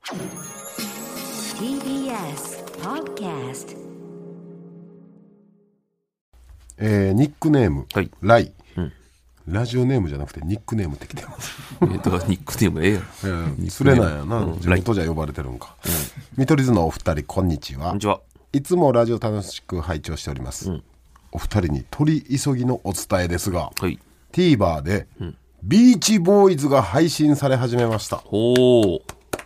TBS Podcast。 ニックネーム、 はい、 ライ、ラジオネームじゃなくてニックネームってきてますニックネームええやん。 失礼なんやな、地元じゃ呼ばれてるんか。見取り図のお二人こんにちは。 こんにちは。いつもラジオ楽しく拝聴しております、お二人に取り急ぎのお伝えですが、 はい、 TVer で、ビーチボーイズが配信され始めました。 お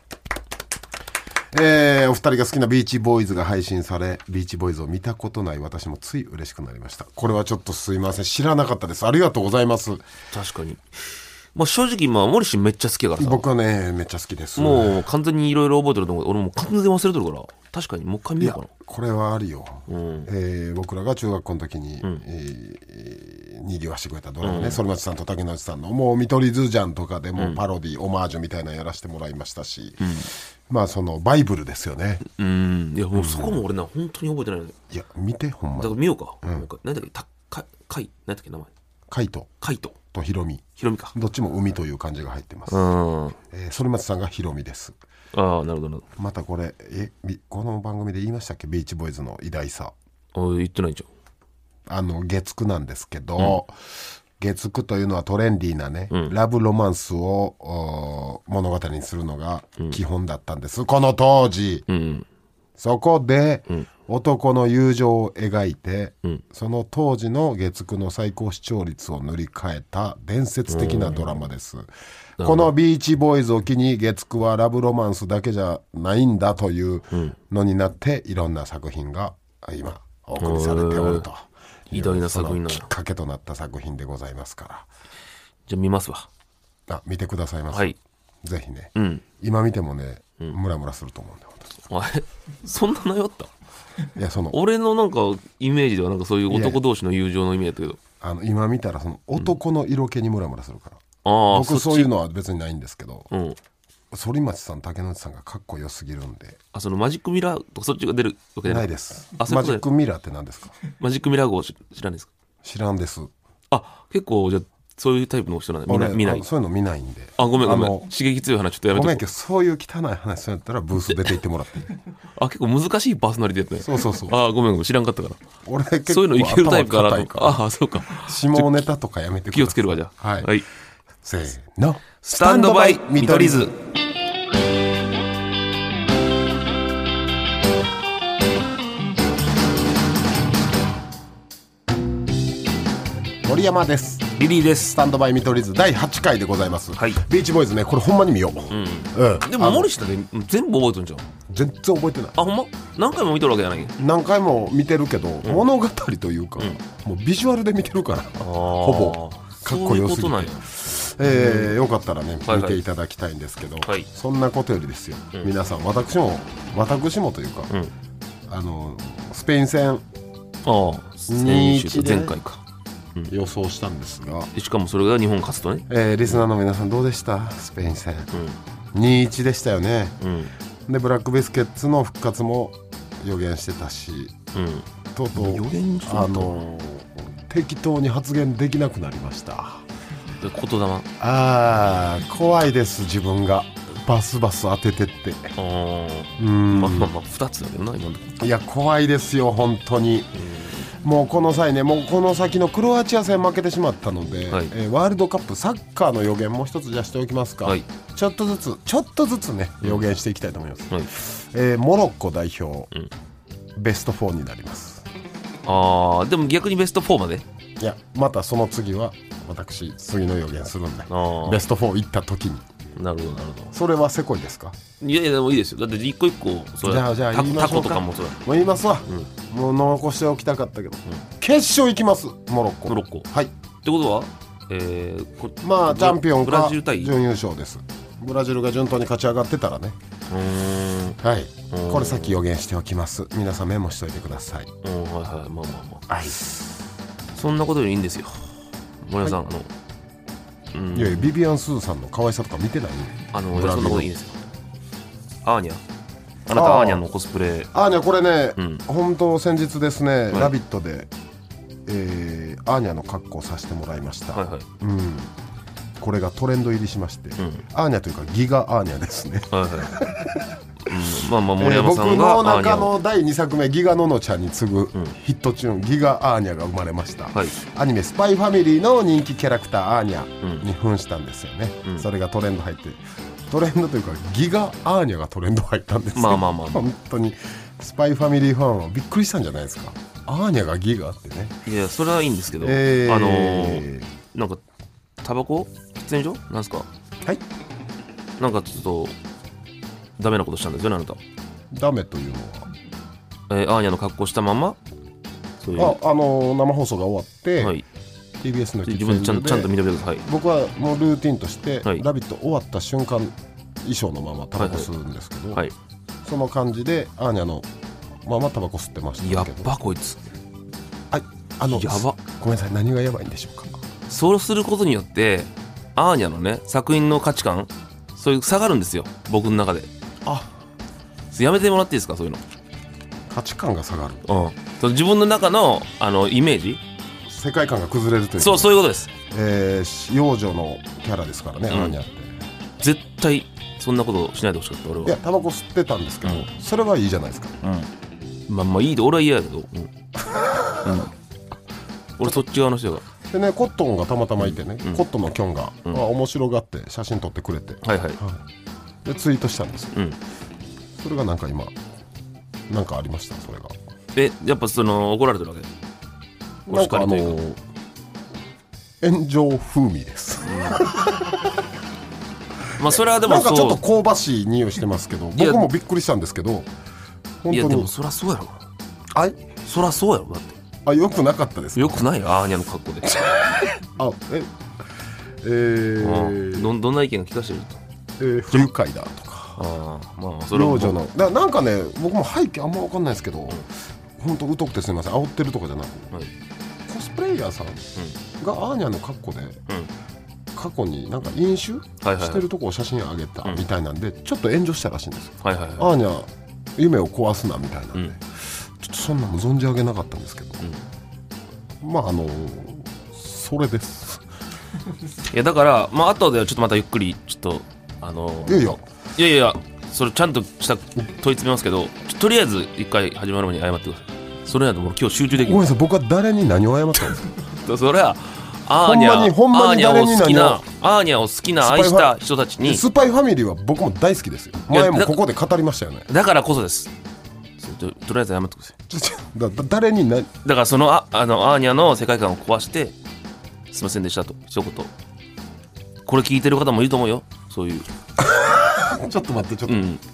二人が好きなビーチボーイズが配信され、ビーチボーイズを見たことない私もつい嬉しくなりました。これはちょっとすいません、知らなかったです。ありがとうございます。 確かに、まあ、正直モリシーめっちゃ好きやからさ。 僕はねめっちゃ好きです。 もう完全にいろいろ覚えてると思う。俺も完全に忘れてるから、確かにもう一回見ようかな。 これはあるよ、僕らが中学校の時に、にぎわしてくれたドラマね、反町さんと竹野内さんのもう見取り図じゃんとかでもパロディ、オマージュみたいなのやらせてもらいましたし、まあそのバイブルですよね。 いやもうそこも俺な本当に覚えてないの。 いや見てほんまだから見ようか。なんだっけ何だっけ名前。 カイトとヒロミか。 どっちも海という漢字が入ってます。反町さんがヒロミです。 ああなるほど。またこれこの番組で言いましたっけ、ビーチボーイズの偉大さ。 言ってないんじゃん。月9なんですけど、月9というのはトレンディーなね、ラブロマンスを物語にするのが基本だったんです、この当時。そこで、男の友情を描いて、その当時の月9の最高視聴率を塗り替えた伝説的なドラマです。このビーチボーイズを機に月9はラブロマンスだけじゃないんだというのになって、いろんな作品が今お送りされておると。 偉大な作品なの。 きっかけとなった作品でございますから。 じゃあ見ますわ。 見てくださいませ。 はい、 ぜひね、今見てもね、ムラムラすると思うんで。 そんな内容あった？ いや俺のなんかイメージではなんかそういう男同士の友情のイメージだけど、今見たらその男の色気にムラムラするから、僕そういうのは別にないんですけど、反町さん竹野内さんがかっこよすぎるんで。 そのマジックミラーとかそっちが出るわけじゃないです。マジックミラーって何ですか？ マジックミラー号知らないですか？ 知らんです。 結構じゃあそういうタイプの人なんで見ない。 そういうの見ないんで。 ごめん刺激強い話ちょっとやめて。 ごめんけどそういう汚い話そうやったらブース出て行ってもらって結構難しいパーソナリティやったね。 そうごめん知らんかったから。 俺結構そういうのいけるタイプかなと。そうか。 下ネタとかやめてください。 気をつけるわじゃあ。 はい、せーの、 スタンドバイ見取り図。 森山です。 リリーです。 スタンドバイ見取り図第8回でございます、ビーチボーイズね、これほんまに見よう。 でも森下で全部覚えてるんじゃん。 全然覚えてない。 ほんま？何回も見てるわけじゃない？ 何回も見てるけど、物語というか、もうビジュアルで見てるから、ほぼかっこよすぎて。よかったらね見ていただきたいんですけど、そんなことよりですよ、皆さん私もというか、スペイン戦2-1で前回か予想したんですが、 しかもそれが日本勝つとね、 リスナーの皆さんどうでした？スペイン戦、2-1でしたよね、でブラックビスケッツの復活も予言してたし、とうとう適当に発言できなくなりました。 言霊。 怖いです。自分がバスバス当ててって。 2つだけどな今のとこ。 いや怖いですよ本当に。もうこの際ね、もうこの先のクロアチア戦負けてしまったので、ワールドカップサッカーの予言も一つじゃしておきますか、ちょっとずつね予言していきたいと思います、モロッコ代表、ベスト4になります。 でも逆にベスト4まで。 いやまたその次は私次の予言するんで、ベスト4行った時に。 なるほど。 それはせこいですか？ いやでもいいですよ。だって一個一個じゃあ言いましょうか。タコとかももう言いますわ、もう残しておきたかったけど、決勝行きます。モロッコ。はい。ってことはチャンピオンか準優勝です。ブラジルが順当に勝ち上がってたらね。はい。これさっき予言しておきます。皆さんメモしといてください。はい。 そんなことよりいいんですよ森山さん。 いやビビアン・スーさんの可愛さとか見てない？ そんなこといいですよ。アーニャ、あなたアーニャのコスプレ。 アーニャこれね、本当先日ですね、ラビットで、アーニャの格好をさせてもらいました。これがトレンド入りしまして、アーニャというかギガアーニャですね。 まあまあ森山さん僕がの中アーニャをの第2作目ギガののちゃんに次ぐヒットチューン、ギガアーニャが生まれました、 はいアニメスパイファミリーの人気キャラクターアーニャに扮したんですよね、それがトレンド入ってトレンドというかギガアーニャがトレンド入ったんですよ。 まあまあまあまあ本当にスパイファミリーファンはびっくりしたんじゃないですか。アーニャがギガってね。 いやそれはいいんですけど、なんかタバコ喫煙所なんすか。 はいなんかちょっとダメなことしたんですよねあなた。 ダメというのはアーニャの格好したままそういう生放送が終わって、 はい、 TBS の自分でちゃんと認めてください。 僕はもうルーティンとして「 はいラビット!」終わった瞬間衣装のままタバコ吸うんですけど、 はい、 その感じでアーニャのままタバコ吸ってましたやっけど。 ばこいつ。 はいやば。 ごめんなさい、何がやばいんでしょうか。 そうすることによってアーニャのね作品の価値観そういう下がるんですよ僕の中で。やめてもらっていいですかそういうの。 価値観が下がる、 そう自分の中のイメージ世界観が崩れるという。 そういうことです。 幼女のキャラですからね、アーニャって。 絶対そんなことしないでほしかった俺は。 いやタバコ吸ってたんですけど、それはいいじゃないですか。 まあいいで俺は嫌やけど、俺そっち側の人が。 でね、コットンがたまたまいてね、コットンのキョンが、面白がって写真撮ってくれて、 はいはい、 でツイートしたんですよ、それがなんか今なんかありました。それがやっぱ怒られてるわけ。 なんか炎上風味です、 まあそれはでもなんかちょっと香ばしい匂いしてますけど、僕もびっくりしたんですけど、本当に。 いやでもそりゃそうやろ。そりゃそうやろ。だってよくなかったですか。 よくないよアーニャの格好でどんな意見が聞かせてると。 不愉快だとか、 まあそれは幼女のなんかね、僕も背景あんま分かんないですけど、本当疎くてすみません、煽ってるとかじゃなく、コスプレイヤーさんがアーニャの格好で、過去になんか飲酒してるとこを写真上げたみたいなんで、ちょっと炎上したらしいんですよ。アーニャ夢を壊すなみたいなんで、ちょっとそんなの存じ上げなかったんですけど、まあそれです。 いやだからまあ後でちょっとまたゆっくりちょっといやそれちゃんとした問い詰めますけど、とりあえず一回始まる前に謝ってください。それやともう今日集中できる。 ごめんなさい、僕は誰に何を謝ったんですか。 それはアーニャを好きな愛した人たちに。 スパイファミリーは僕も大好きですよ。前もここで語りましたよね。 だからこそです。とりあえず謝ってください。 誰にだからアーニャの世界観を壊してすいませんでしたと一言。これ聞いてる方もいると思うよ、そういうちょっと待ってちょっと、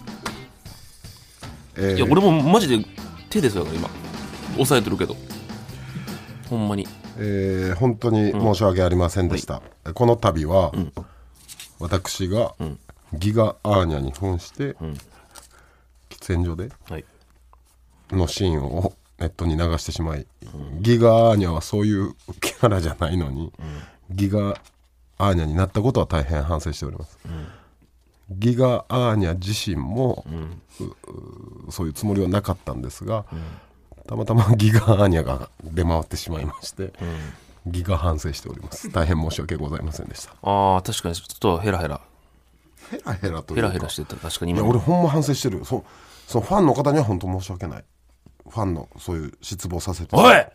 いや俺もマジで手ですよ今抑えてるけどほんまに、 本当に申し訳ありませんでした、この度は、私が、ギガアーニャに扮して、喫煙所で、のシーンをネットに流してしまい、ギガアーニャはそういうキャラじゃないのに、ギガアーニャになったことは大変反省しております、ギガアーニャ自身も、そういうつもりはなかったんですが、たまたまギガアーニャが出回ってしまいまして、ギガ反省しております。大変申し訳ございませんでした。 確かにちょっとヘラヘラというかヘラしてた。確かにいや俺ほんま反省してる。そのファンの方には本当申し訳ない。ファンのそういう失望させて。 おい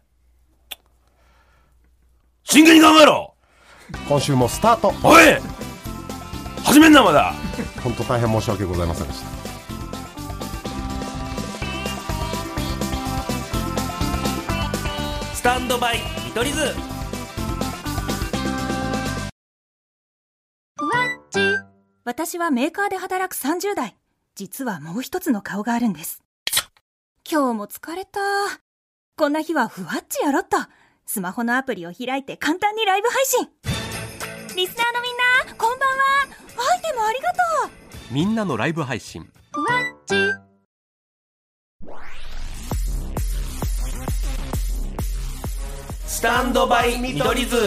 真剣に考えろ。 今週もスタート。 おい始めんなまだ。 本当大変申し訳ございませんでした。 スタンドバイ見取り図。 私はメーカーで働く30代。実はもう一つの顔があるんです。今日も疲れた。こんな日はふわっちやろっと。スマホのアプリを開いて簡単にライブ配信。リスナーのみんな、こんばんは。アイテムありがとう。みんなのライブ配信。 ふわっち。 スタンドバイ見取り図。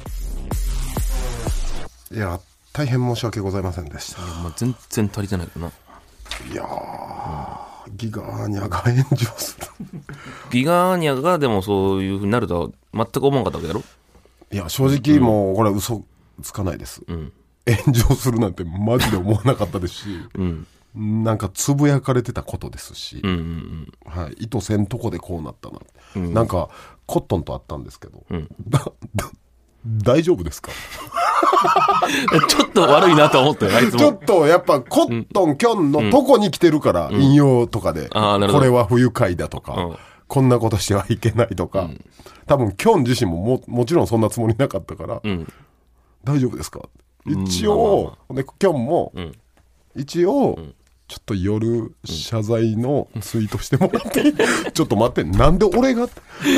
いや大変申し訳ございませんでした。 もう全然足りてないかな。 いやギガアーニャが炎上する。 ギガアーニャがでもそういう風になるとは全く思わなかったわけやろ。 いや正直もうこれは嘘つかないです、炎上するなんてマジで思わなかったですし、 なんかつぶやかれてたことですし、 うんうんはい、意図せんとこでこうなったな、 うんなんかコットンとあったんですけど、 うん大丈夫ですか？ ちょっと悪いなと思ったよあいつも。 ちょっとやっぱコットンキョンのとこに来てるから、引用とかで、 あーなるほどこれは不愉快だとか、 うんこんなことしてはいけないとか、多分キョン自身ももちろんそんなつもりなかったから、 うん大丈夫ですか？一応、でキョンも、 ん一応、ちょっと夜謝罪のツイートしてもらって、ちょっと待って、なんで俺が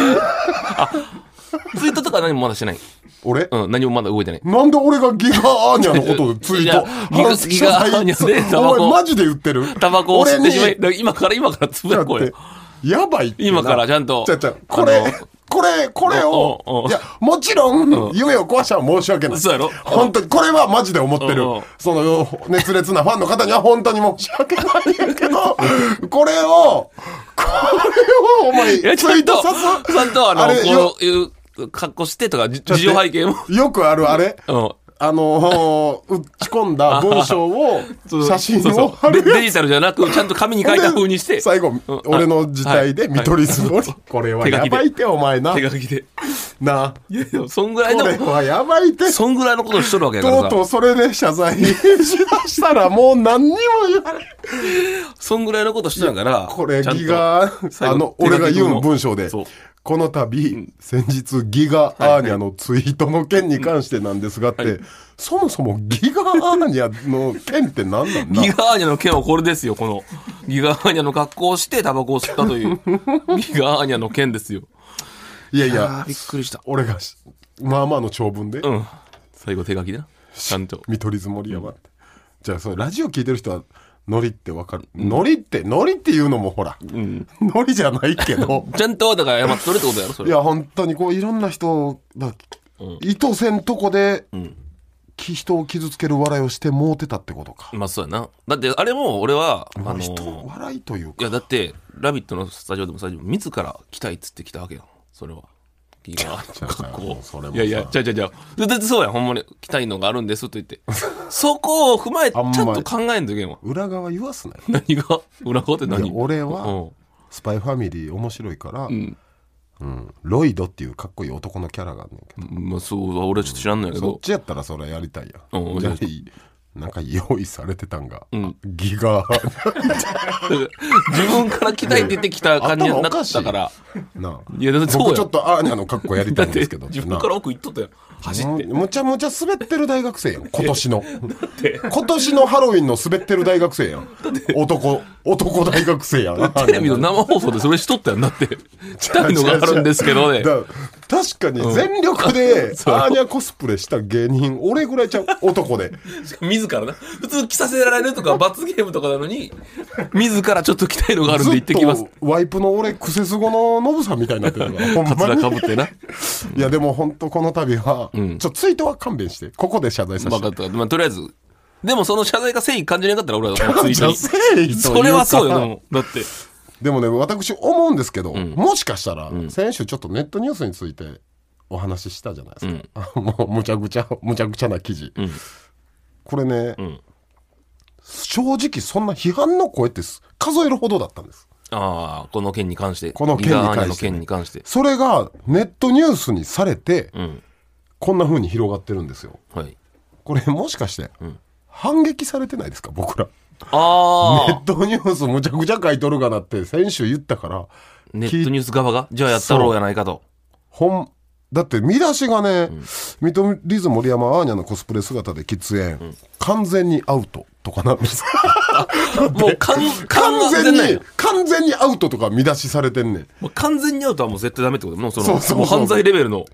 ツイートとか何もまだしてない。 俺、 何もまだ動いてない。 なんで俺がギガアーニャのことでツイートいやギガアーニャでタバコお前マジで言ってる？ タバコを吸ってしまい、 俺に今からつぶやこうよ。 やばいってな。 今からちゃんとこれを、いや、もちろん、夢を壊したら申し訳ない。 そうやろ？ 本当に、これはマジで思ってる。その、熱烈なファンの方には本当に申し訳ないんやけど、これを、お前、ツイートさす。 ちゃんとあれこういう格好してとか、事情背景も。 よくあるあれうん打ち込んだ文章を、写真を貼るデジタルじゃなく、ちゃんと紙に書いた風にして。 最後、俺の字体で見取り図もり。これはやばいって、お前な。 手書きで。 なあ。 いやでも、そんぐらいの。 これはやばいって。 そんぐらいのことしとるわけやからさ。 とうとうそれで謝罪しだしたらもう何にも言われん。 そんぐらいのことしてたから。 これギガ、俺が言うの文章で。 そう。 この度、先日ギガアーニャのツイートの件に関してなんですがって、そもそもギガアーニャの件って何なんだ？ ギガアーニャの件はこれですよ、この。ギガアーニャの格好をしてタバコを吸ったという、ギガアーニャの件ですよ。 いやいや、 びっくりした。 俺が、まあまあの長文で、 うん。最後手書きでな。ちゃんと。 見取り図盛りやばって。じゃあ、そのラジオ聞いてる人は、ノリってわかる。ノリっていうのもほら、ノリじゃないけど。 ちゃんと、だから謝っとるってことやろ、それ。 いや、本当にこう、いろんな人が、意図せんとこで、人を傷つける笑いをしてもうてたってことか。 まあそうやな。だってあれも俺は、 人笑いというか。 いやだって「ラビット!」のスタジオでも自ら来たいっつって来たわけよ、それは。ギガ格好。いやいや、じゃだってそうや、ほんまに来たいのがあるんですと言ってそこを踏まえてちゃんと考えんといけんわ。 裏側言わすなよ。 何が裏側って何？ 俺はスパイファミリー面白いから、ロイドっていうかっこいい男のキャラがあんねんけど、 まあそう俺はちょっと知らんのやけど、 そっちやったらそれやりたいやん。じゃあなんか用意されてたんが、ギガ自分から来たいって言ってきた感じになったからないや僕ちょっとアーニャの格好やりたいんですけど自分から奥行っとったよ、走ってむちゃむちゃ滑ってる大学生やん今年のハロウィンの滑ってる大学生やん。男大学生やん。 テレビの生放送でそれしとったやん。だって来たいのがあるんですけどね。 確かに全力でアーニャコスプレした芸人俺ぐらいちゃう。男で自らな、普通着させられるとか罰ゲームとかなのに自らちょっと着たいのがあるんで行ってきます。 ワイプの俺クセスゴのノブさんみたいになってるからカツラかぶってな。 いやでも本当この度は、ツイートは勘弁してここで謝罪させて。 分かった、まあ、とりあえずでもその謝罪が誠意感じなかったら俺はツイートに誠意それはそうよ。でもだってでもね私思うんですけど、もしかしたら、先週ちょっとネットニュースについてお話ししたじゃないですか、もうむちゃくちゃな記事、これね、正直そんな批判の声って数えるほどだったんです。 ああ、この件に関して、 この件に関して、それがネットニュースにされて、こんな風に広がってるんですよ。はい、これもしかして、反撃されてないですか僕ら。 あネットニュースむちゃくちゃ書いとるがなって先週言ったから、 ネットニュース側がじゃあやったろうやないかと。 だって見出しがね、見取り図森山アーニャのコスプレ姿で喫煙、完全にアウトとかなんですもう完全にアウトとか見出しされてんねん。 もう完全にアウトはもう絶対ダメってこと。もうもう犯罪レベルの。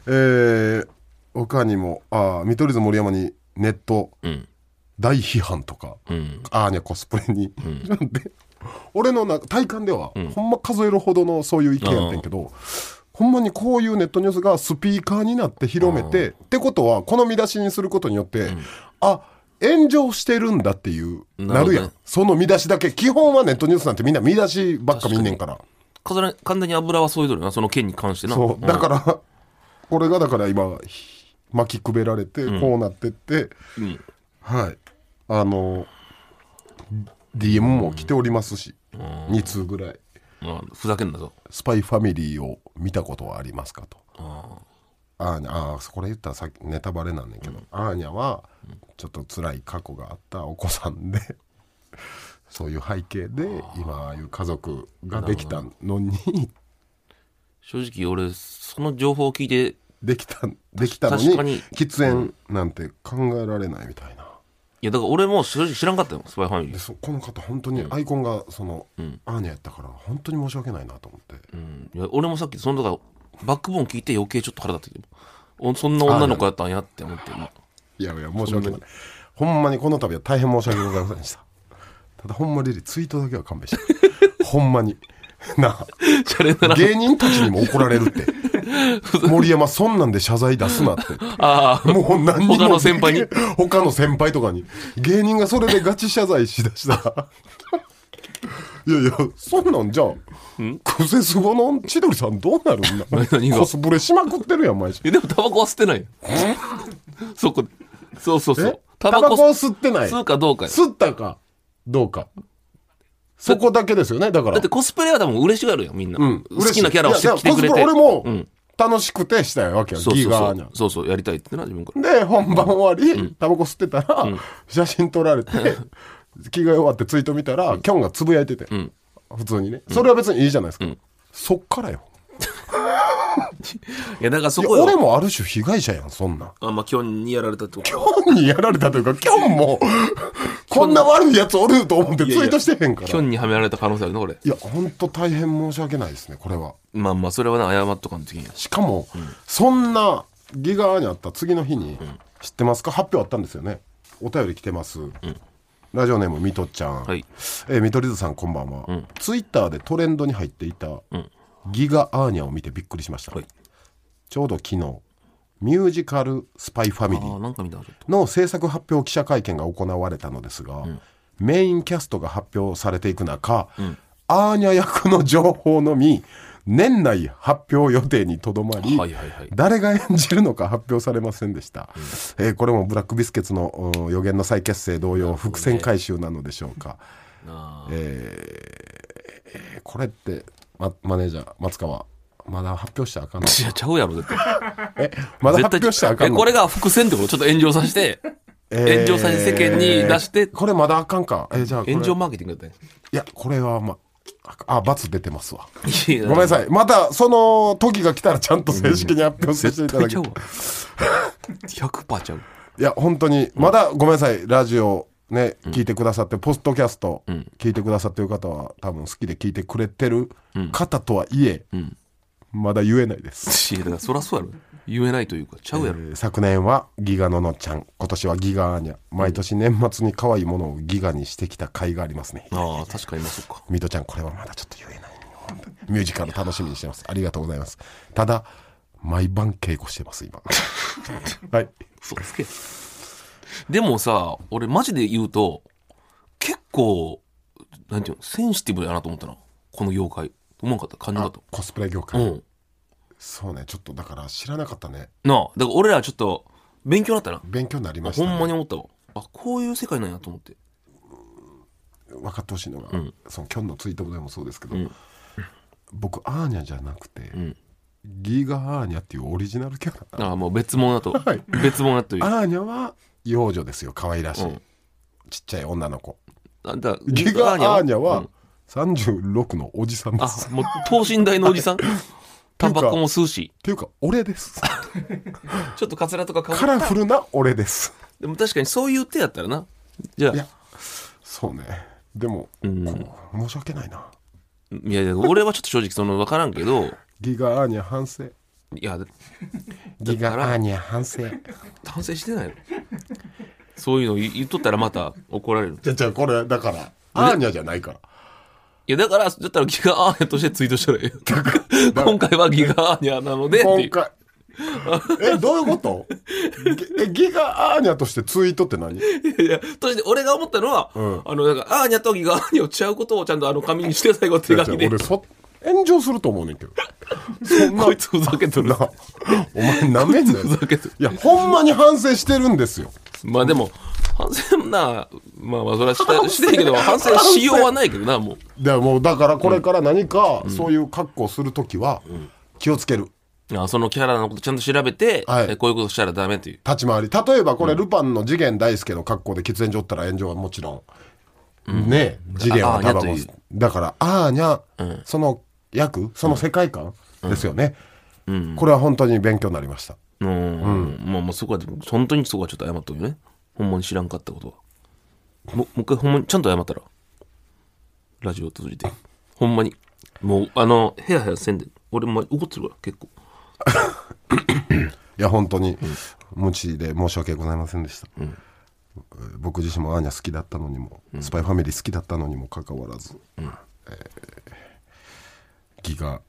他にも見取り図森山にネット、大批判とか、アーニャコスプレに、で俺の体感では、ほんま数えるほどのそういう意見やってんけど、ほんまにこういうネットニュースがスピーカーになって広めて、ってことはこの見出しにすることによって、炎上してるんだっていうなるやん。その見出しだけ。基本はネットニュースなんてみんな見出しばっか見んねんから。 完全に油はそういうとるな、その件に関してな。 そうだから、これがだから今巻きくべられてこうなってって、はい、 DM も来ておりますし、2通ぐらい。 ふざけんなぞ。 スパイファミリーを見たことはありますかと。アーニャ、これ言ったらさっきネタバレなんねんけど、アーニャはちょっと辛い過去があったお子さんでそういう背景で今ああいう家族ができたのに正直俺その情報を聞いてできたのに喫煙なんて考えられないみたいな。 いやだから俺も正直知らんかったよスパイファミリーでこの方本当にアイコンがその、アーニャやったから本当に申し訳ないなと思って、 いや俺もさっきそのだからバックボーン聞いて余計ちょっと腹立ってきて、そんな女の子やったんやって思って、 いや申し訳ない。ほんまにこの度は大変申し訳ございませんでした。ただほんまリリツイートだけは勘弁してほんまになあ芸人たちにも怒られるって森山そんなんで謝罪出すなってもう何人も他の先輩とかに芸人がそれでガチ謝罪しだしたらいやそんなんじゃあクセスゴの千鳥さんどうなるんだコスプレしまくってるやん毎日。 でもタバコは吸ってないよそうタバコ吸ってない。 吸うかどうかよ。 吸ったかどうかそこだけですよね。だってコスプレは多分嬉しがるよみんな、好きなキャラをしてきてくれて。 俺も楽しくてしたわけよ。ギガーニャそうやりたいってな自分からで本番終わり、タバコ吸ってたら、写真撮られて着替え終わってツイート見たら、キョンがつぶやいてて、普通にね、それは別にいいじゃないですか、そっからよいやだからそこよ。 俺もある種被害者やんそんなん。 キョンにやられたってこと。 キョンにやられたというかキョンもこんな悪いやつおると思ってツイートしてへんから。 キョンにはめられた可能性あるのこれ。 いやほんと大変申し訳ないですねこれは。 まあそれは謝っとかんときに。 しかも、そんなギガーにあった次の日に、知ってますか発表あったんですよね。お便り来てます、ラジオネームみとちゃん、見取り図さんこんばんは、ツイッターでトレンドに入っていた、ギガアーニャを見てびっくりしました、ちょうど昨日ミュージカルスパイファミリーの制作発表記者会見が行われたのですが、メインキャストが発表されていく中、アーニャ役の情報のみ年内発表予定にとどまり、誰が演じるのか発表されませんでした、これもブラックビスケツの予言の再結成同様伏線回収なのでしょうか。これってマネージャー松川まだ発表したらあかんの？ いやちゃうやろ絶対まだ発表したらあかんの？ これが伏線ってことちょっと炎上させて、炎上させて世間に出して、 これまだあかんか。じゃあ炎上マーケティングだったね。 いやこれは罰出てますわ。ごめんなさい。またその時が来たらちゃんと正式に発表させていただきます。 100% ちゃう。 いや本当にまだごめんなさい。ラジオね、聞いてくださってポッドキャスト聞いてくださってる方は多分好きで聞いてくれてる方とはいえ、まだ言えないです。 だからそらそうやろ。言えないというかちゃうやろ。 昨年はギガののちゃん、今年はギガアーニャ、毎年年末に可愛いものをギガにしてきた甲斐がありますね。 確かにそうか。 ミトちゃんこれはまだちょっと言えない。ミュージカル楽しみにしてます。ありがとうございます。ただ毎晩稽古してます今はい。 そうですけどでもさ俺マジで言うと結構なんていうのセンシティブやなと思ったなこの業界。思わんかった感じだと。 コスプレ業界、そうねちょっとだから知らなかったね。 だから俺らちょっと勉強になったな。 勉強になりましたね。 ほんまに思ったわ。こういう世界なんやと思って。 分かってほしいのが、そのキョンのツイートでもそうですけど、僕アーニャじゃなくて、ギガアーニャっていうオリジナルキャラ。 もう別物だと、別物だという。 アーニャは幼女ですよ。可愛らしい、ちっちゃい女の子。 ギガアーニャは36のおじさんです。 もう等身大のおじさんタバコも吸うしっていうか俺ですちょっとカツラとかカラフルな俺です。 でも確かにそういう手やったらな。じゃあいやそうね。でも、申し訳ないな。 いや俺はちょっと正直分からんけどギガアーニャ反省。いやギガアーニャ反省してないのそういうの言っとったらまた怒られる。 じゃあこれだからアーニャじゃないから。 いやだからだったらギガアーニャとしてツイートしたらいいよ今回はギガアーニャなので今回どういうことギガアーニャとしてツイートって何？いやとして俺が思ったのは、なんかアーニャとギガアーニャを違うことをちゃんと紙にして最後手紙で。 俺炎上すると思うねんけどそんなこいつふざけとるなお前なめんなよ。いやほんまに反省してるんですよ。 まあでも反省な、まあそれはしてるけど反省しようはないけどな。もうだからこれから何かそういう格好をするときは気をつける、 そのキャラのことちゃんと調べて、 はい、 こういうことしたらダメという立ち回り。例えばこれ、ルパンの次元大介の格好で喫煙所おったら炎上はもちろん、ね、次元はタバコだからアーニャ、その役、その世界観ですよね、これは本当に勉強になりました。 まあそこは本当にそこはちょっと謝ったよね。ほんまに知らんかったことはもう一回ほんまにちゃんと謝ったら、ラジオ通じてほんまにもうヘラヘラせんで、俺も怒ってるから結構いや本当に無知で申し訳ございませんでした、僕自身もアーニャ好きだったのにも、スパイファミリー好きだったのにもかかわらず、ギガ、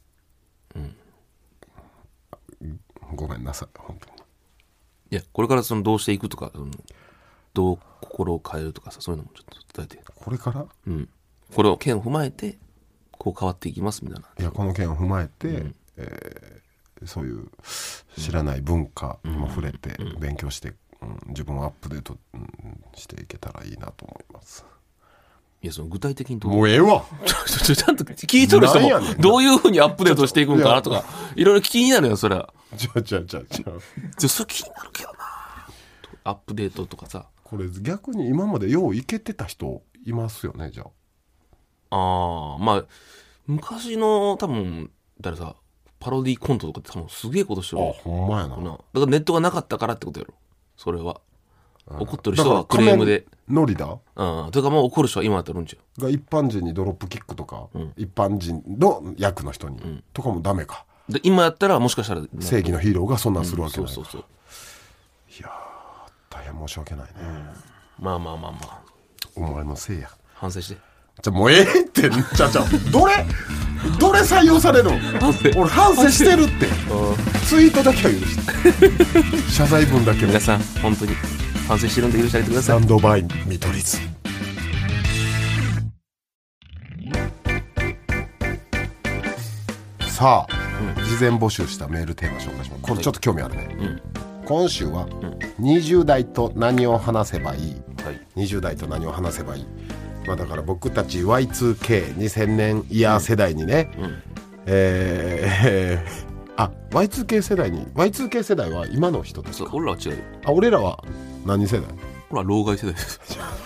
ごめんなさい本当に。 いやこれからどうしていくとか、どう心を変えるとかさ、そういうのもちょっと伝えて。 これから、 これを件を踏まえてこう変わっていきますみたいな。 いやこの件を踏まえて、そういう知らない文化にも触れて勉強して、自分をアップデート、していけたらいいなと思います。 いやその具体的にもうええわちゃんと聞いとる人もどういうふうにアップデートしていくんかなとかいろいろ気になるよそれは。 それ気になるけどな、アップデートとかさ。 これ逆に今までよういけてた人いますよね。じゃあまあ昔の多分誰さパロディコントとかって多分すげえことしてる。 ほんまやな。 だからネットがなかったからってことやろそれは。怒ってる人はクレームでノリだというかもう怒る人は今だったらうんちゃが一般人にドロップキックとか、一般人の役の人に、とかもダメか。 で今やったらもしかしたら正義のヒーローがそんなんするわけない。 そういや大変申し訳ないね、 まあお前のせいや。 反省して。 じゃもうええってどれ採用されるの俺反省してるってツイートだけは許して謝罪文だけは。 皆さん本当に反省してるんで許してあげてください。 スタンドバイ見取り図。さあ、事前募集したメールテーマ紹介します。これちょっと興味あるね、今週は、20代と何を話せばいい、20代と何を話せばいい。まあ、だから僕たち Y2K2000 年イヤー世代にね、Y2K 世代に Y2K 世代は今の人ですか。 俺らは違うよ。 俺らは何世代。 俺は老害世代です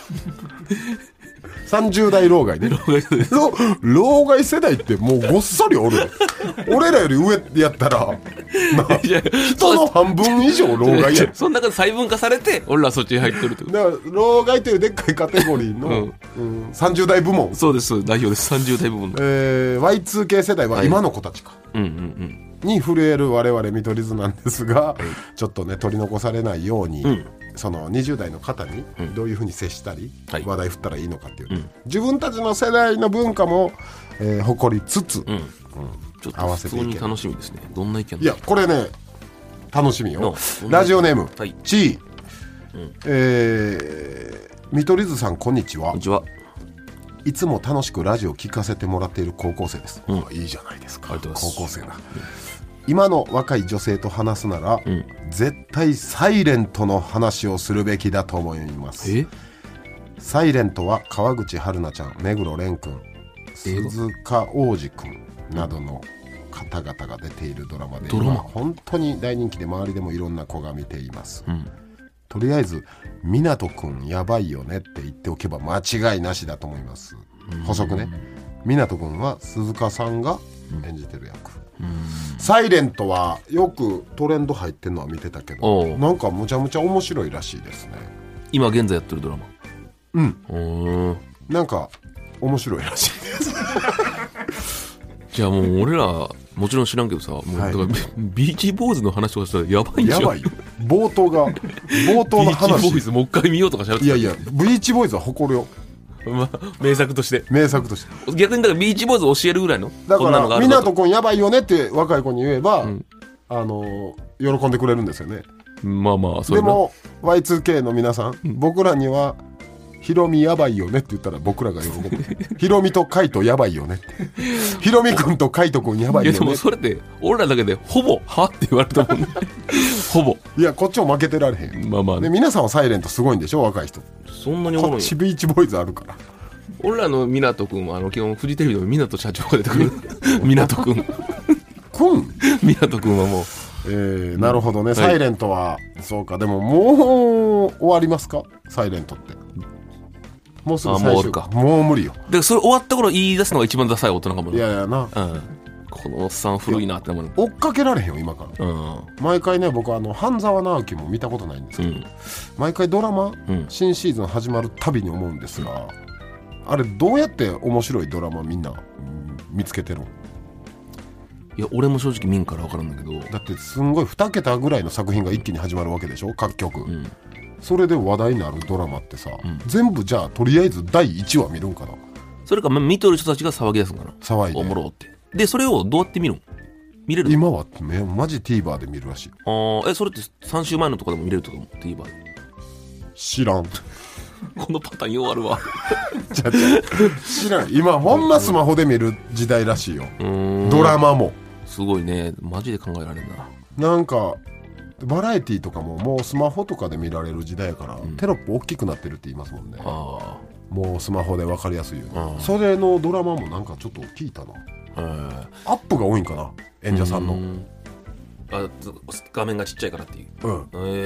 30代老害ね。老害世代ってもうごっそりおる俺らより上やったら人の半分以上老害やその中で細分化されて俺らそっちに入ってるってこと。 だから老害というでっかいカテゴリーの、30代部門。 そうです代表です。30代部門の、 Y2K 世代は今の子たちか、に震える我々見取り図なんですが、ちょっとね取り残されないように、その20代の方にどういうふうに接したり、話題振ったらいいのかっていう、自分たちの世代の文化も、誇りつつ、 ちょっと普通に楽しみですね。どんな意見。 いやこれね楽しみよ。ラジオネーム、ちー、見取り図さんこんにちは。 こんにちは。 いつも楽しくラジオを聞かせてもらっている高校生です、いいじゃないですか。高校生だ、今の若い女性と話すなら、絶対サイレントの話をするべきだと思います。サイレントは川口春奈ちゃん、目黒蓮くん、鈴鹿央士くんなどの方々が出ているドラマで本当に大人気で、周りでもいろんな子が見ています、とりあえず湊くんやばいよねって言っておけば間違いなしだと思います。補足ね、湊くんは鈴鹿さんが演じてる役、サイレントはよくトレンド入ってるのは見てたけど、なんかむちゃむちゃ面白いらしいですね。 今現在やってるドラマ。 なんか面白いらしいですじゃあもう俺らもちろん知らんけどさ、もうだからビーチボーイズの話とかしたらやばいんじゃん。 やばいよ。冒頭の話ビーチボーイズもう一回見ようとかしゃべってた。 いやビーチボーイズは誇るよ。 名作として逆にだからビーチボーイズ教えるぐらいの。 だから湊くんやばいよねって若い子に言えば、喜んでくれるんですよね。 まあでも Y2K の皆さん、僕らにはヒロミやばいよねって言ったら僕らが喜ぶヒロミとカイトやばいよねってヒロミ君とカイト君やばいよね。 いやでもそれで俺らだけでほぼはって言われたもんねほぼ。 いやこっちも負けてられへん。 まあまあ、 で皆さんはサイレントすごいんでしょ若い人。 そんなにおもろいこっちビーチボーイズあるから。 俺らの湊君は基本フジテレビの湊社長が出てくる湊君湊君はもうなるほどね、サイレントはそうか。でももう終わりますかサイレントって。もうすぐ最終か。もう無理よ。 でそれ終わった頃言い出すのが一番ダサい大人かも。 いやいやな、 うん、このおっさん古いなって思う。 追っかけられへんよ今から、毎回ね僕半沢直樹も見たことないんですけど、毎回ドラマ、新シーズン始まるたびに思うんですが、あれどうやって面白いドラマみんな見つけてるの？ いや俺も正直見んから分からんだけど、 だってすんごい2桁ぐらいの作品が一気に始まるわけでしょ各局、それで話題になるドラマってさ、全部じゃあとりあえず第1話見るんかな。 それか見とる人たちが騒ぎ出すんかな。 騒いでおもろって。でそれをどうやって見るの？見れるの？ 今はマジ TVer で見るらしい。 それって3週前のとかでも見れるとかも TVer で。 知らんこのパターンようあるわ知らん。今ほんまスマホで見る時代らしいよ。ドラマもすごいね。マジで考えられんな。 なんかバラエティとかももうスマホとかで見られる時代やから、テロップ大きくなってるって言いますもんね。もうスマホで分かりやすいよね。それのドラマもなんかちょっと聞いたな。アップが多いんかな演者さんの。 画面がちっちゃいからっていう。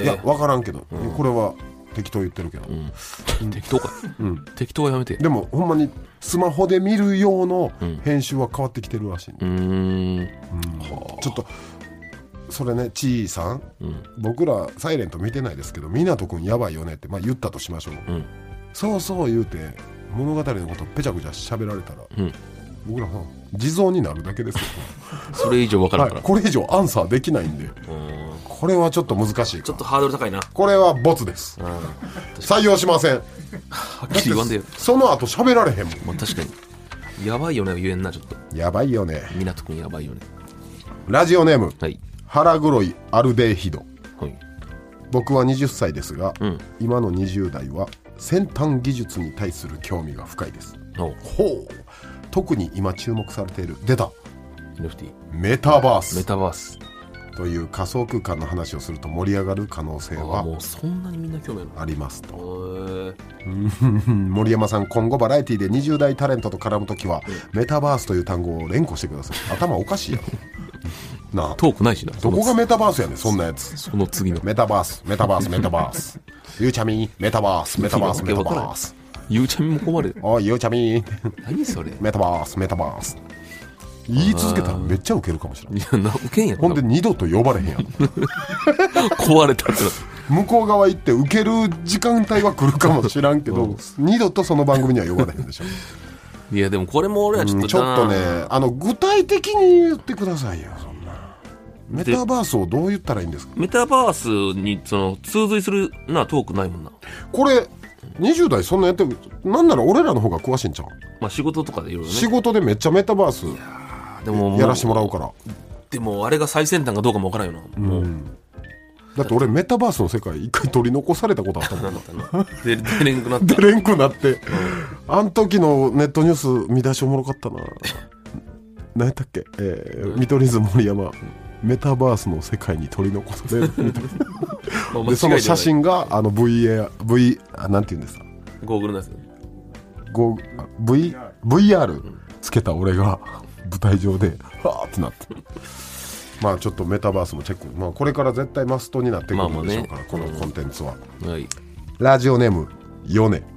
いや分からんけど、これは適当言ってるけど、 適当か、適当はやめて。 でもほんまにスマホで見る用の編集は変わってきてるらしい、ね。ちょっとそれね、ちーさん、僕らサイレント見てないですけど湊くんやばいよねって言ったとしましょう、そうそう言うて物語のことペチャクチャ喋られたら、僕ら地蔵になるだけですよそれ以上分からんから、 これ以上アンサーできないんで、これはちょっと難しいか。 ちょっとハードル高いな。 これはボツです、採用しません。 はっきり言わんでよ。 その後喋られへんもん。 確かにやばいよね言えんな。ちょっとやばいよね。 湊くんやばいよね。 ラジオネーム、 はい、 腹黒いアルデヒド、 はい、 僕は20歳ですが、今の20代は先端技術に対する興味が深いです。ほう。特に今注目されている出た NFT メタバースという仮想空間の話をすると盛り上がる可能性はもうそんなにみんな興味ありますと。森山さん、今後バラエティで20代タレントと絡むときは、メタバースという単語を連呼してください。頭おかしいやろなあ。 トークないしな。 どこがメタバースやねんそんなやつ。 その次のメタバースゆうちゃみメタバースゆうちゃみも困る。 ゆうちゃみ何それ。 メタバース言い続けたらめっちゃウケるかもしれない。 いやウケんやろ。 ほんで二度と呼ばれへんやん壊れたって向こう側行ってウケる時間帯は来るかもしらんけど、二度とその番組には呼ばれへんでしょいやでもこれも俺はちょっとちょっとね具体的に言ってくださいよ。そんなメタバースをどう言ったらいいんですか。 メタバースに通随するなトークないもんな。 これ20代そんなやってる。なんなら俺らの方が詳しいんちゃう。 仕事とかでいろいろね。 仕事でめっちゃメタバースでもやらしてもらうから。でもあれが最先端かどうかも分からんよな。もうだって俺メタバースの世界一回取り残されたことあったもんな出れんくなった。 出れんくなって、あん時のネットニュース見出しおもろかったな。何やったっけ、見取り図森山、メタバースの世界に取り残されるみたいなでその写真がなんて言うんですか、 ゴーグルのやつ、 VR つけた俺が舞台上ではーってなってまあちょっとメタバースもチェック、これから絶対マストになってくるんでしょうから、このコンテンツは、ラジオネームヨネ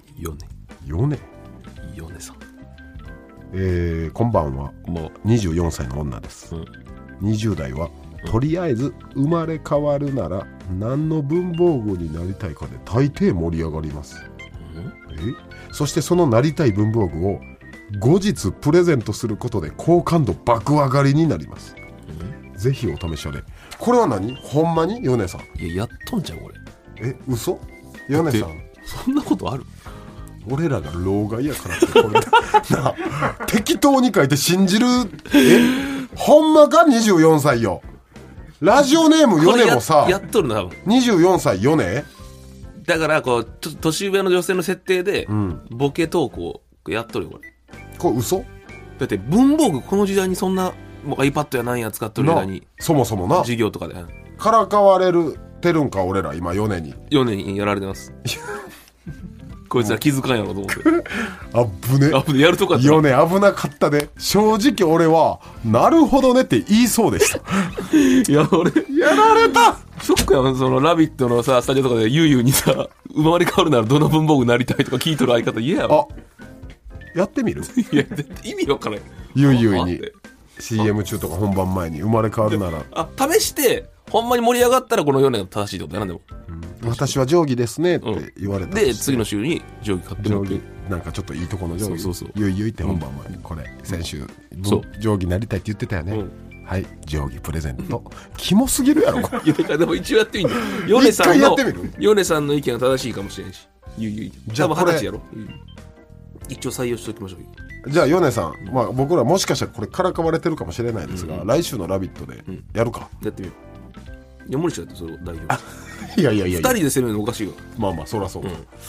さん、こんばんは。24歳の女です、20代はとりあえず生まれ変わるなら何の文房具になりたいかで大抵盛り上がります、そしてそのなりたい文房具を後日プレゼントすることで好感度爆上がりになります、ぜひお試しあれ。これは何、ほんまにヨネさん。 いや、やっとんじゃんこれ。 嘘。ヨネさんそんなことある。 俺らが老害やからってこれな適当に書いて信じる。ほんまか。24歳よ。ラジオネームヨネもさやっとるな。 24歳ヨネだからこうちょっと年上の女性の設定で、ボケトークをやっとるよこれ嘘だって文房具この時代にそんなもう iPad やなんや使っとる時代にそもそもな授業とかでからかわれてるんか俺ら今4年にやられてますこいつら気づかんやろと思ってあぶね危ねやるとか 4年危なかったで正直俺はなるほどねって言いそうでしたいや俺やられたショックやんそのラビットのさスタジオとかでゆうゆうにさ生まれ変わるならどの文房具になりたいとか聞いとる相方嫌やろやってみるいや意味わからんゆいゆいに CM 中とか本番前に生まれ変わるなら試してほんまに盛り上がったらこの4年が正しいってことやなんでも、 私は定規ですねって言われたで次の週に定規買ってもらって定規なんかちょっといいとこの定規そうゆいゆいって本番前にこれ先週そう定規なりたいって言ってたよねはい定規プレゼントキモすぎるやろこれいやだからでも一応やってみんだよ米さん一回やのってみる米さんの意見が正しいかもしれんしゆいゆいじゃあ多分20歳やろ一応採用しておきましょうじゃあ米さん、まあ、僕らもしかしたらこれからかわれてるかもしれないですが、来週の「ラビット!」でやるか、 やってみよういや無理しちゃってそれを代表いやいやいや 2人で攻めるのおかしいわまあまあそらそうか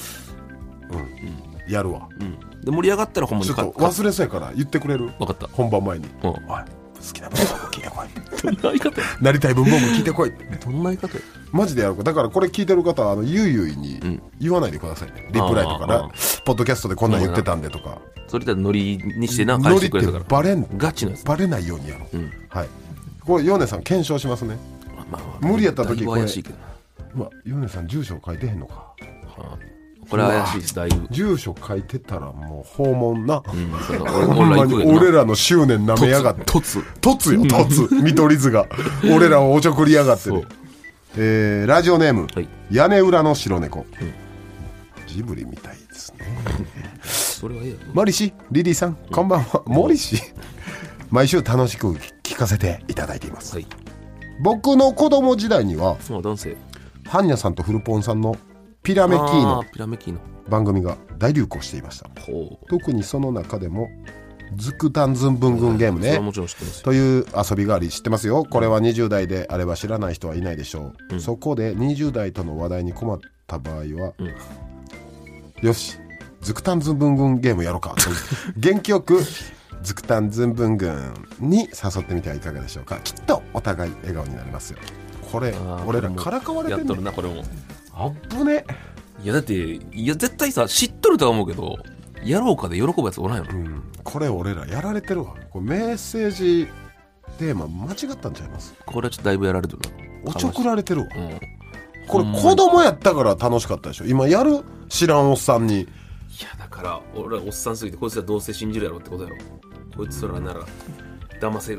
やるわ、 で盛り上がったらほんまにちょっと忘れそうやから言ってくれる分かった本番前にうんおい好きな文房具聞いてこいどんな相方やなりたい文房具聞いてこいどんな相方やマジでやるかだからこれ聞いてる方はゆいゆいに言わないでくださいね、リプライとかなポッドキャストでこんなん言ってたんでとかそれでノリにしてな返ノリってしてくれたからバレんガチのやつバレないようにやろう、はいこれ米さん検証しますねまあ無理やった時だいぶこれ怪しいけどなうわ米さん住所書いてへんのかこれは怪しいですだいぶ住所書いてたらもう訪問な、 そのほんまに俺らの執念なめやがって突突よ突見取り図が俺らをおちょくりやがってねラジオネーム、 はい屋根裏の白猫、ジブリみたいですねそれはいいやモリシリリーさんこんばんは、モリシ毎週楽しく聞かせていただいています、僕の子供時代には男性ハンニャさんとフルポンさんのピラメキーノ番組が大流行していました。特にその中でもズクタンズンブングンゲームねという遊びがあり知ってますよ。これは20代であれば知らない人はいないでしょう、そこで20代との話題に困った場合は、よしズクタンズンブングンゲームやろうかと元気よくズクタンズンブングンに誘ってみてはいかがでしょうか。きっとお互い笑顔になりますよ。これ俺らからかわれてんねん。 やっとるなこれもあっぶね。 いやだっていや絶対さ知っとるとは思うけどやろうかで喜ぶやつおらんよな、 これ俺らやられてるわ。これメッセージテーマ間違ったんちゃいます。 これはちょっとだいぶやられてるな。 おちょくられてるわ、これ子供やったから楽しかったでしょ。今やる知らんおっさんに。 いやだから俺らおっさんすぎてこいつらどうせ信じるやろってことやろ。こいつらなら騙せるって。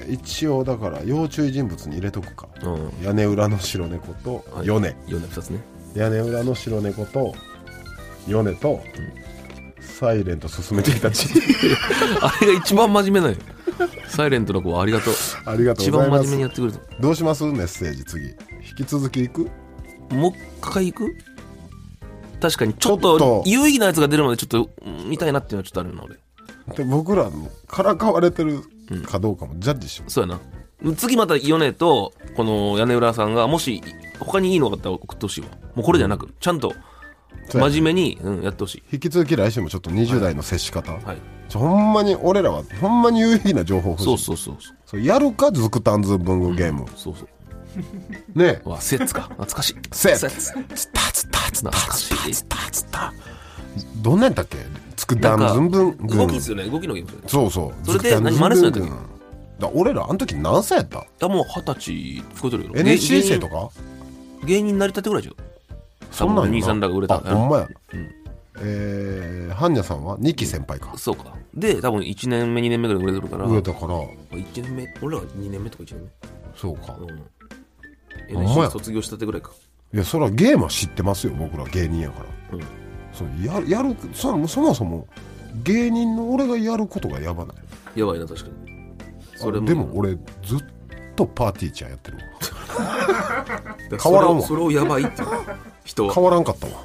一応だから要注意人物に入れとくか、屋根裏の白猫と米、 2つね。 屋根裏の白猫と米と、サイレント進めていたちあれが一番真面目なんよ。サイレントの子はありがとう。 ありがとうございます。 一番真面目にやってくれた。 どうしますメッセージ次引き続きいく。 もう一回行く。確かにちょっと有意義なやつが出るまでちょっと見たいなっていうのはちょっとあるな俺。 で僕らのからかわれてるかどうかもジャッジしよう、 そうやな。次また米とこの屋根裏さんがもし他にいいのがあったら送ってほしいわ。もうこれじゃなく、ちゃんと真面目に、やってほしい。 引き続き来週もちょっと20代の接し方、ほんまに俺らはほんまに有意義な情報欲しい。そうやるかズクタンズ文具ゲーム、ねえわセッツか懐かしい。 セッツツタツタツタツタツタどんなんやったっけ。ズクタンズ文具動きですよね。動きのゲーム。 そうそれで何真似するんやったっけ。俺らあの時何歳やった。 いやもう20歳聞こえてるよ。 NSC 生とか芸人になりたてぐらいじゃん。 そんなん兄さんらが売れた。 ほんまや。ハンニャさんは2期先輩か。 そうか。で多分1年目2年目ぐらい売れてるから。 売れたから 1年目俺らが2年目とか1年目。 そうか。 NSC 卒業したてぐらいか。 いやそれはゲームは知ってますよ。僕ら芸人やから、そうやるそもそも芸人の俺がやることがやばない。 やばいな確かに。それもでも俺ずっとパーティーちゃんやってるわ変わらんわ。 それをやばいって人は変わらんかったわ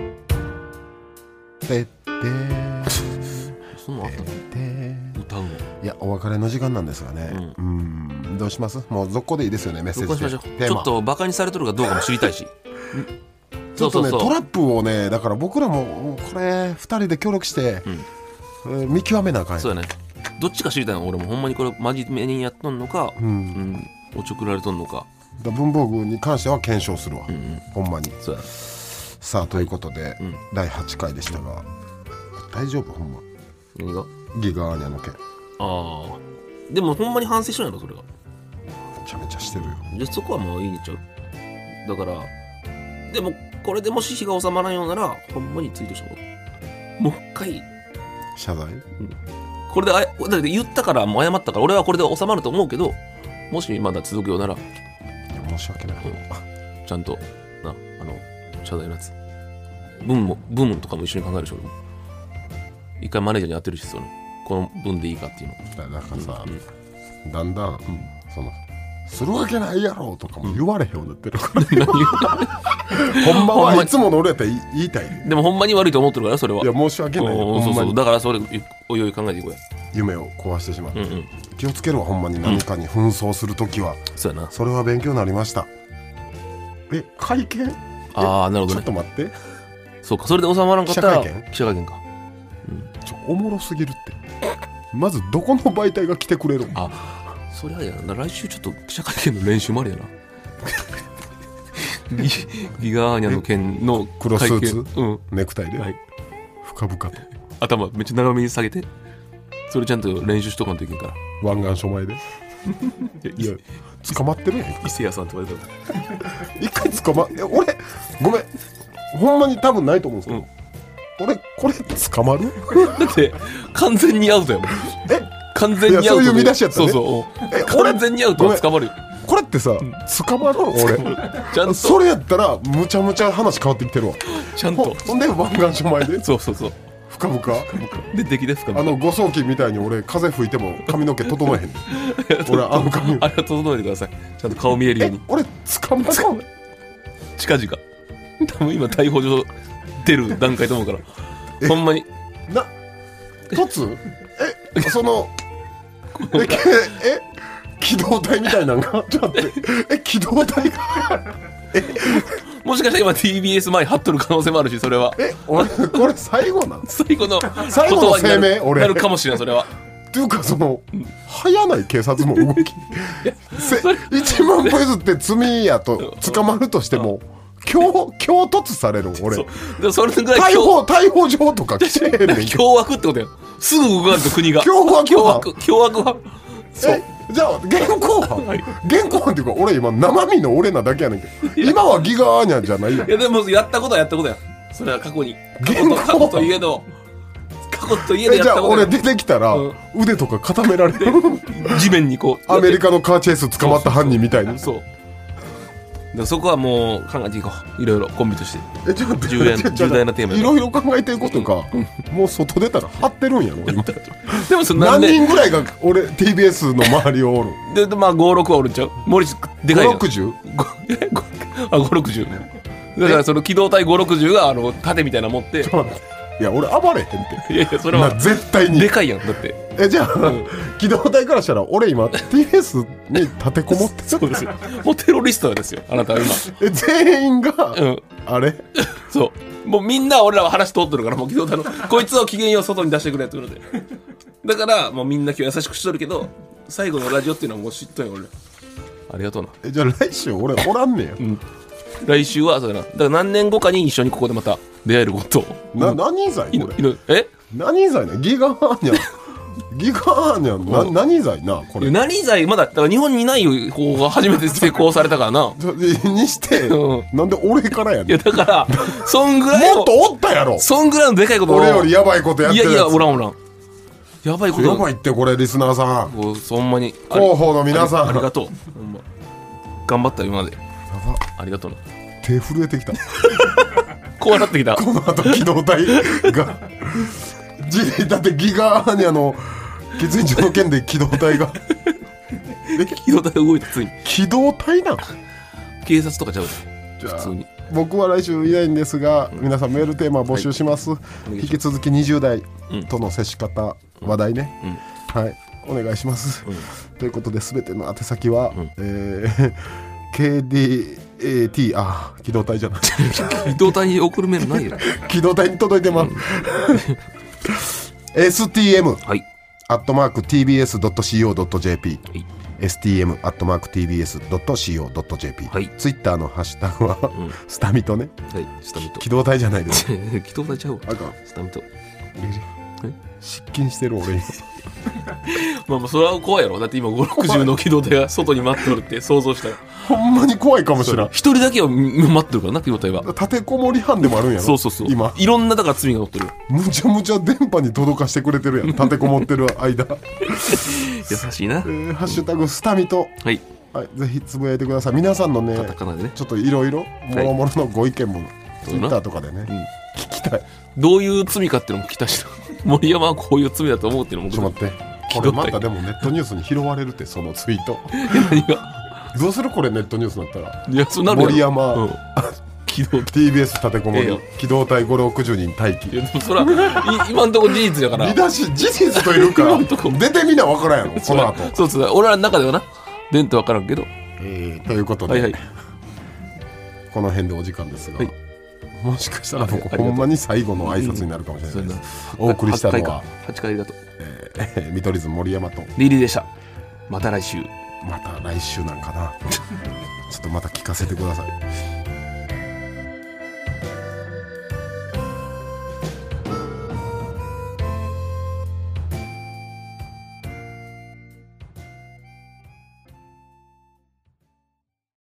そんなあったの歌うのいやお別れの時間なんですがね、どうします？もう続行でいいですよね、メッセージで。 ちょっとバカにされてるかどうかも知りたいしちょっとねトラップをね、だから僕らもこれ2人で協力して、見極めなあかん。 そうやね、どっちか知りたいの。俺もほんまにこれ真面目にやっとんのか、おちょくられとんのか。 文房具に関しては検証するわ、ほんまに。 そうや。 さあということで、第8回でしたが、大丈夫？ほんま何が？ ギガーニャの件。 ああ、でもほんまに反省しないのそれが。 めちゃめちゃしてるよ。 じゃあそこはもういいんちゃう。だからでもこれでもし火が収まらんようならほんまにツイートしてもう一回謝罪、 これでだって言ったからもう謝ったから俺はこれで収まると思うけど、もしまだ続くようならいや申し訳ない、 ちゃんとな謝罪のやつ文とかも一緒に考えるでしょ。俺も一回マネージャーにやってるし、この文でいいかっていうのだからさ、だんだん、そのするわけないやろとかも言われへんようになってるから、ほんまはいつもの俺やったら言いたい。 でもほんまに悪いと思ってるからそれは。 いや申し訳ないよ、ほんまに。 だからそれおいおい考えていこうや。 夢を壊してしまって、気をつけるわ、ほんまに。何かに紛争するときは、 そうやな。 それは勉強になりました。会見？ ああなるほどね。 ちょっと待って、 そうか、それで収まらんかったら記者会見か。 おもろすぎるって。まずどこの媒体が来てくれる？ そりゃやな。来週ちょっと記者会見の練習もあるやなギガーニャの件の黒スーツ、ネクタイで、深々と頭めっちゃ長めに下げて、それちゃんと練習しとかんといけんから。 湾岸署前でいや捕まってるやん。 伊勢谷さんって言われた一回捕ま俺ごめん、ほんまに多分ないと思うんですけど、俺これ捕まる？ だって完全にアウトやもん。完全にアウト。 そういう見出しやったね。 そう完全にアウトは捕まるよ。 これってさ、捕まるの？俺ちゃんとそれやったらむちゃむちゃ話変わってきてるわ。 ちゃんとほんで湾岸署前でそう深々 で出来で深々 誤送金みたいに俺風吹いても髪の毛整えへん俺髪あれは整えてください。ちゃんと顔見えるように。 俺捕まるの？ 近々多分今逮捕状出る段階と思うからほんまに突その機動隊みたいなのがちょっと待って機動隊がもしかしたら今 TBS 前張っとる可能性もあるし、それは俺これ最後なの？ 最後の声明俺なるかもしれない。それはっていうか早ない警察も動き1万歩譲って罪やと捕まるとしても今日突される俺。 でそれぐらい逮捕状とか来てへんねん。 凶悪ってことや。すぐ動かれると国が凶悪はそうじゃあ現行犯っていうか俺今生身の俺なだけやねんけど、今はギガーニャじゃないやん。 いやでもやったことはやったことや。それは過去といえどやったことや。 じゃあ俺出てきたら腕とか固められる地面にこうアメリカのカーチェイス捕まった犯人みたいに。 そうでそこはもう考えていこう。いろいろコンビとしてちょっと重大なテーマいろいろ考えていくことか、もう外出たら張ってるんやろ今。 でも何人ぐらいが俺 TBS の周りをおるでまあ56はおるんちゃう。森でかいじゃん。 560 560だからその機動隊560が盾みたいなの持って。 いや俺暴れへんって。 いやそれは絶対にでかいやん。だってじゃあ、機動隊からしたら俺今 TBS に立てこもってそうですよ。もうテロリストですよあなたは今。 全員が、あれそうもうみんな俺らは話通ってるから、もう機動隊のこいつを機嫌よう外に出してくれって言うのでだからもうみんな今日優しくしとるけど、最後のラジオっていうのはもう知っとんよ俺。ありがとうな。 じゃあ来週俺おらんねや、 来週はそうだな。だから何年後かに一緒にここでまた出会えることを。 何罪これ？何罪な？ギガーニャ何罪なこれ？ 何罪まだから日本にいない方が初めて成功されたからなにして、なんで俺からやねん。 いやだからそんぐらいもっとおったやろ。 そんぐらいのでかいことを俺よりやばいことやってるやつ。 いやおらんやばいことやばいってこれリスナーさんほんまに広報の皆さんありがとう。ほんま頑張った今まで。ありがとうな。 手震えてきたこうなってきた。 この後機動隊がだってギガーニャの喫煙所の件で機動隊が機動隊動いたついに。 機動隊なの？ 警察とかちゃうじゃあ普通に。 僕は来週いないんですが、皆さんメールテーマ募集します、引き続き20代との接し方、話題ね、はい、 お願いします、ということで全ての宛先は、KDAT 機動隊じゃない機動隊に送るメールないよ。 機動隊に届いてます、STM、 はい、 @tbs.co.jp、 はい、 stm@tbs.co.jp、 はい、 ツイッターのハッシュタグは、スタミトね、 はい、スタミト。 機動隊じゃないです機動隊ちゃうわ。 あかん、 スタミト。 失禁してる俺まあそれは怖いやろ。だって今5、60の機動隊が外に待っておるって想像したらほんまに怖いかもしれん。 一人だけは待ってるからな、機動隊は。 立てこもり犯でもあるんやろ。 そうそうそう、 今いろんなだから罪が乗ってる。 むちゃむちゃ電波に届かしてくれてるやん、立てこもってる間優しいな、 ハッシュタグスタミト、 はい、 はい、ぜひつぶやいてください。皆さんのね、 カタカナでね、 ちょっといろいろもろもろのご意見も、ツイッターとかでね、聞きたい。 どういう罪かっていうのも聞きたいし森山はこういう罪だと思うっていうのも。 ちょっと待って、これまたでもネットニュースに拾われるって、そのツイート何がどうするこれ、ネットニュースになったら。 いや、そうなるやろ。 森山、 機動 TBS 立てこもり、機動隊5、60人待機。 いやでもそれは今んとこ事実だから。 見出し事実というか出てみな分からんやろ、この後。 そうそう、俺らの中ではな、出んと分からんけど、 ということで、 はいはい、 この辺でお時間ですが、 はい、 もしかしたら僕ほんまに最後の挨拶になるかもしれないです。お送りしたのは 8回ありがとう、 見取り図森山とリリーでした。また来週。 また来週なんかなちょっとまた聞かせてください。